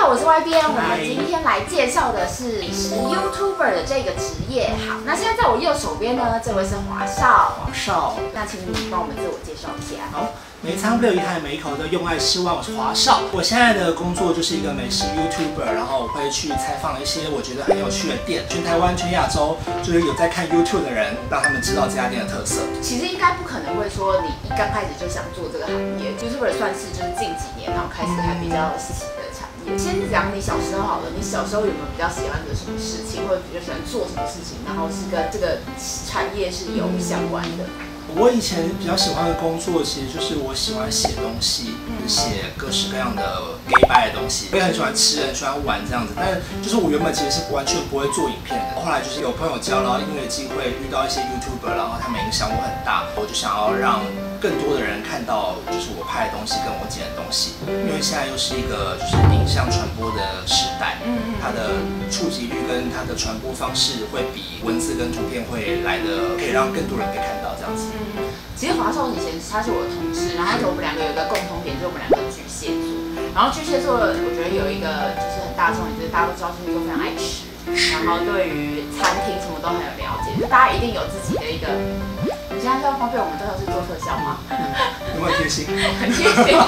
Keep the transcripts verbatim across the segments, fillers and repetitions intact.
好，我是 Y 边，我们今天来介绍的是美食 YouTuber 的这个职业。好，那现在在我右手边呢，这位是华少。 华少， 那请你帮我们自我介绍一下。 好，每一餐不留遗憾，每一口都用爱吃完。我是华少，我现在的工作就是一个美食 YouTuber， 然后我会去采访一些我觉得很有趣的店，全台湾、全亚洲，就是有在看 YouTube 的人，让他们知道这家店的特色。 其实应该不可能会说你一刚开始就想做这个行业 ，YouTuber 算是就是近几年然后开始还比较稀奇的产业。先讲你小时候好了，你小时候有没有比较喜欢的什么事情，或者比较喜欢做什么事情，然后是跟这个产业是有相关的？ 我以前比较喜欢的工作，其实就是我喜欢写东西，写各式各样的 gay bye 的东西。我也很喜欢吃，很喜欢玩这样子。但是就是我原本其实是完全不会做影片的。后来就是有朋友教，然后因为机会遇到一些 YouTuber， 然后他们影响我很大，我就想要让更多的人看到，就是我拍的东西跟我剪的东西。因为现在又是一个就是影像传播的时代，它的触及率跟它的传播方式会比文字跟图片会来的，可以让更多人可以看到这样子。 其实华少以前他是我的同事，然后而且我们两个有一个共同点，就是我们两个巨蟹座。然后巨蟹座，我觉得有一个就是很大众点，就是大家都知道巨蟹座非常爱吃，然后对于餐厅什么都很有了解，就大家一定有自己的一个。你现在是要方便我们最后是做特效吗？ 有没有贴心？ 很贴心，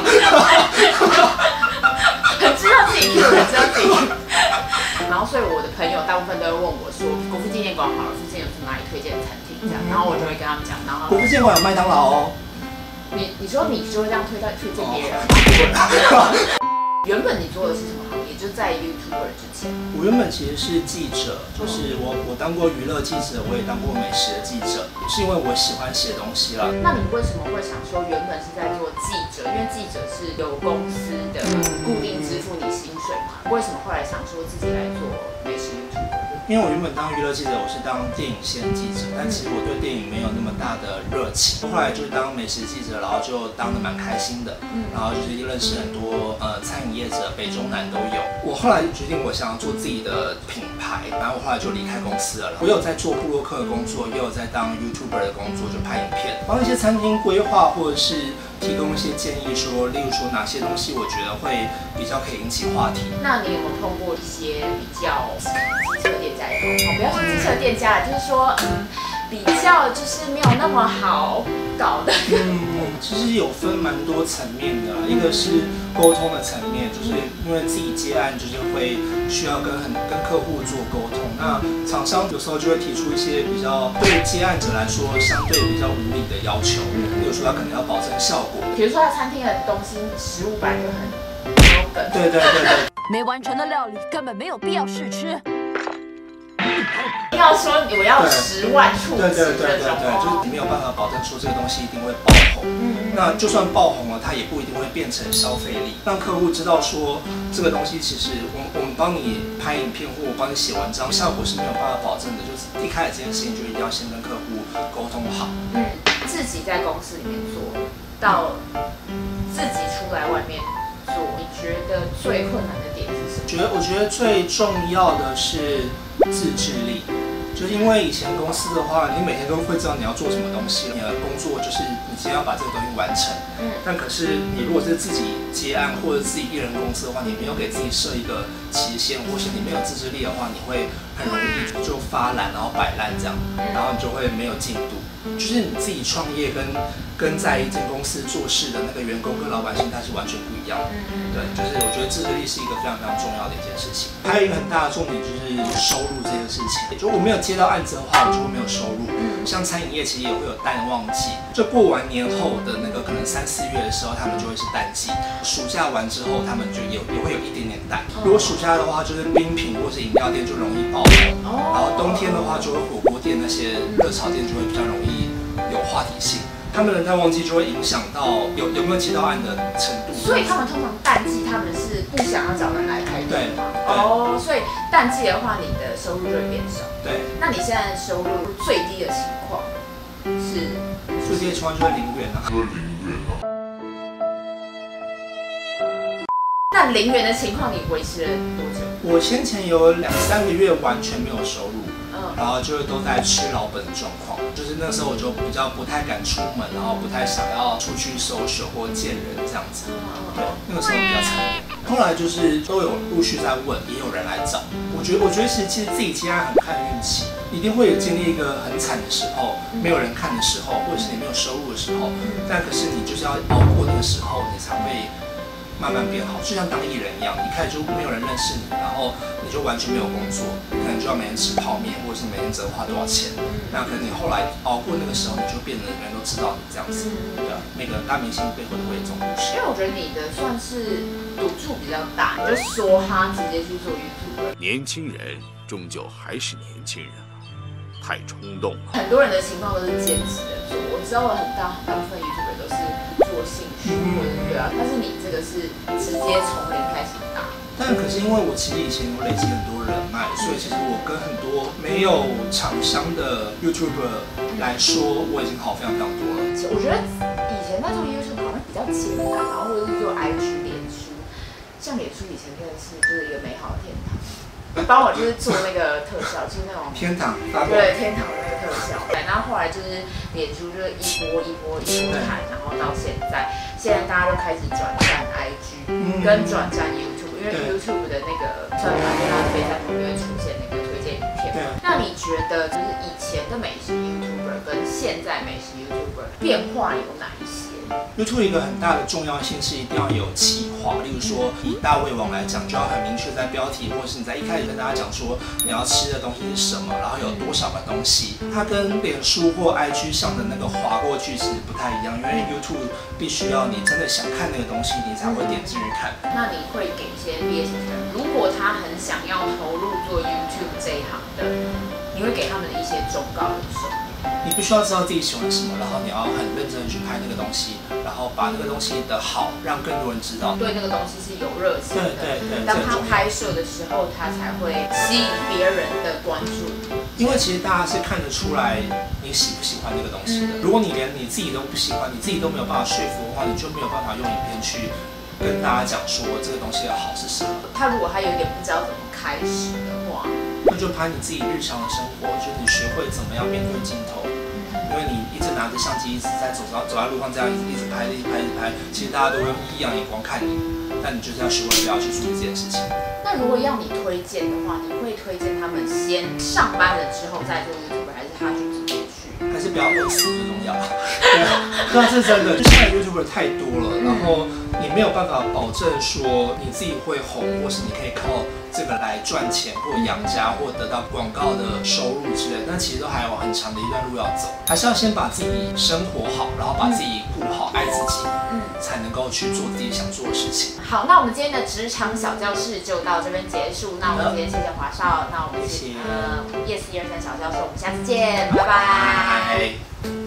很知道自己 Q， 很知道自己 Q。然后，所以我的朋友大部分都会问我说，国父纪念馆好了，附近有哪里推荐的餐厅这样，然后我就会跟他们讲，然后国父纪念馆有麦当劳哦。 你你说你就会这样推荐推荐别人？原本你做的是什么行业？就在 YouTuber 之前。 我原本其实是记者，就是我我当过娱乐记者，我也当过美食的记者，是因为我喜欢写东西啦。 那你为什么会想说原本是在做记者？因为记者是有公司的固定支付你薪水嘛？为什么后来想说自己来做美食 YouTuber？ 因为我原本当娱乐记者，我是当电影线记者，但其实我对电影没有那么大的热情。后来就是当美食记者，然后就当得蛮开心的，然后就是认识很多呃餐饮业者，北中南都有。我后来就决定我想要做自己的品牌，然后我后来就离开公司了。我有在做部落客的工作，也有在当 YouTuber 的工作，就拍影片，帮一些餐厅规划或者是提供一些建议说，例如说哪些东西我觉得会比较可以引起话题。 那你有没有碰过一些比较机车店家也好，哦，不要说机车店家了，就是说嗯比较就是没有那么好搞的。 嗯，其实有分蛮多层面的啦，一个是沟通的层面，就是因为自己接案就是会需要跟很跟客户做沟通，那厂商有时候就会提出一些比较对接案者来说相对比较无理的要求，比如说他可能要保证效果， 比如说他餐厅的东西食物本来就很没有梗， 对对对对， 没完成的料理根本没有必要试吃。 要说我要十万触及对对对对对，就是你没有办法保证说这个东西一定会爆红。嗯，那就算爆红了，它也不一定会变成消费力，让客户知道说这个东西其实我们我们帮你拍影片或我帮你写文章，效果是没有办法保证的。就是一开始这件事情就一定要先跟客户沟通好。 嗯，自己在公司里面做到自己出来外面做，你觉得最困难的点是什么？ 觉得我觉得最重要的是自制力。就是因为以前公司的话，你每天都会知道你要做什么东西，你的工作就是你今天要把这个东西完成。嗯。但可是你如果是自己接案或者自己一人公司的话，你没有给自己设一个期限，或是你没有自制力的话，你会很容易就发懒，然后摆烂这样，然后你就会没有进度。就是你自己创业跟跟在一间公司做事的那个员工跟老板心态是完全不一样的。对，就是我觉得自制力是一个非常非常重要的一件事情。还有一个很大的重点就是收入这件事情，就我没有接到案子的话，我就会没有收入。像餐饮业其实也会有淡旺季，就过完年后的那个可能三四月的时候，他们就会是淡季。暑假完之后，他们就也也会有一点点淡。如果暑假的话，就是冰品或是饮料店就容易爆红，然后冬天的话，就会火锅店那些热炒店就会比较容易有话题性。他们的淡旺季就会影响到有有没有接到案的程度。 所以他们通常淡季他们是不想要找人来开店吗？ 对。 哦，所以淡季的话，你的收入就会变少。 对。 那你现在收入最低的情况是？ 最低的情况就是零元啊。就是零元啊。 那零元的情况你维持了多久？ 我先前有两三个月完全没有收入。 然后就都在吃老本的状况。就是那时候我就比较不太敢出门，然后不太想要出去 social 或见人这样子。对，那个时候比较惨烈。后来就是都有陆续在问，也有人来找。我觉得，我觉得其实其实自己接案很看运气，一定会有经历一个很惨的时候，没有人看的时候，或者是你没有收入的时候。但可是你就是要熬过那个时候，你才会慢慢变好。就像当艺人一样，一开始就没有人认识你，然后你就完全没有工作，你可能就要每天吃泡面，或者是每天只能花多少钱。那可能你后来熬过那个时候，你就变得人人都知道你这样子。对啊，每个大明星背后都会有这种故事。 因为我觉得你的算是赌注比较大，你就说他直接去做 YouTube。 年轻人终究还是年轻人啊，太冲动了。 很多人的情况都是兼职的做，我知道了很大很大部分 YouTuber 都是做兴趣或者是对啊，但是你这个是直接从零开始打。 但可是因为我其实以前有累积很多人脉，所以其实我跟很多没有厂商的 YouTuber 来说，我已经好非常非常多了。 我觉得以前在做 YouTube 好像比较简单，然后或者是做 I G 脸书，像脸书以前真的是就是一个美好的天堂。帮我就是做那个特效，就是那种天堂， 对天堂的那个特效。对，然后后来就是脸书就是一波一波一波谈，然后到现在，现在大家都开始转战 I G，、嗯、跟转战 YouTube， 因为 YouTube 的那个算法跟它的非在旁边会出现那个推荐影片。那你觉得就是以前的美食 YouTuber 跟现在美食 YouTuber 变化有哪一些 ？YouTube 一个很大的重要性是一定要有企划，例如说以大胃王来讲，就要很明确在标题，或者是你在一开始跟大家讲说你要吃的东西是什么，然后有多少个东西。它跟脸书或 I G 上的那个滑过去其实不太一样，因为 YouTube 必须要你真的想看那个东西，你才会点进去看。 那你会给一些毕业生，如果他很想要投入做 YouTube 这一行的，你会给他们的一些忠告是什么？ 你必须要知道自己喜欢什么，然后你要很认真的去拍那个东西，然后把那个东西的好让更多人知道。 对那个东西是有热情的。 对对对。 当他拍摄的时候，他才会吸引别人的关注。 因为其实大家是看得出来你喜不喜欢那个东西的。如果你连你自己都不喜欢，你自己都没有办法说服的话，你就没有办法用影片去跟大家讲说这个东西的好是什么。 他如果他有点不知道怎么开始的话， 那就拍你自己日常的生活，就是你学会怎么样面对镜头。因为你一直拿着相机，一直在走，走在路上这样一直一直拍，一直拍，一直拍，其实大家都会用异样眼光看你，但你就是要学会不要去注意这件事情。 那如果要你推荐的话，你会推荐他们先上班了之后再做 YouTube， 还是他就直接去？ 还是不要饿死最重要。对啊，那是真的，就现在 YouTuber 太多了，然后你没有办法保证说你自己会红，或是你可以靠这个来赚钱或养家或得到广告的收入之类的，但其实都还有很长的一段路要走，还是要先把自己生活好，然后把自己顾好，爱自己，嗯，才能够去做自己想做的事情。 好，那我们今天的职场小教室就到这边结束。那我们今天谢谢华少，那我们是呃 Yes 一二三小教室，我们下次见，拜拜。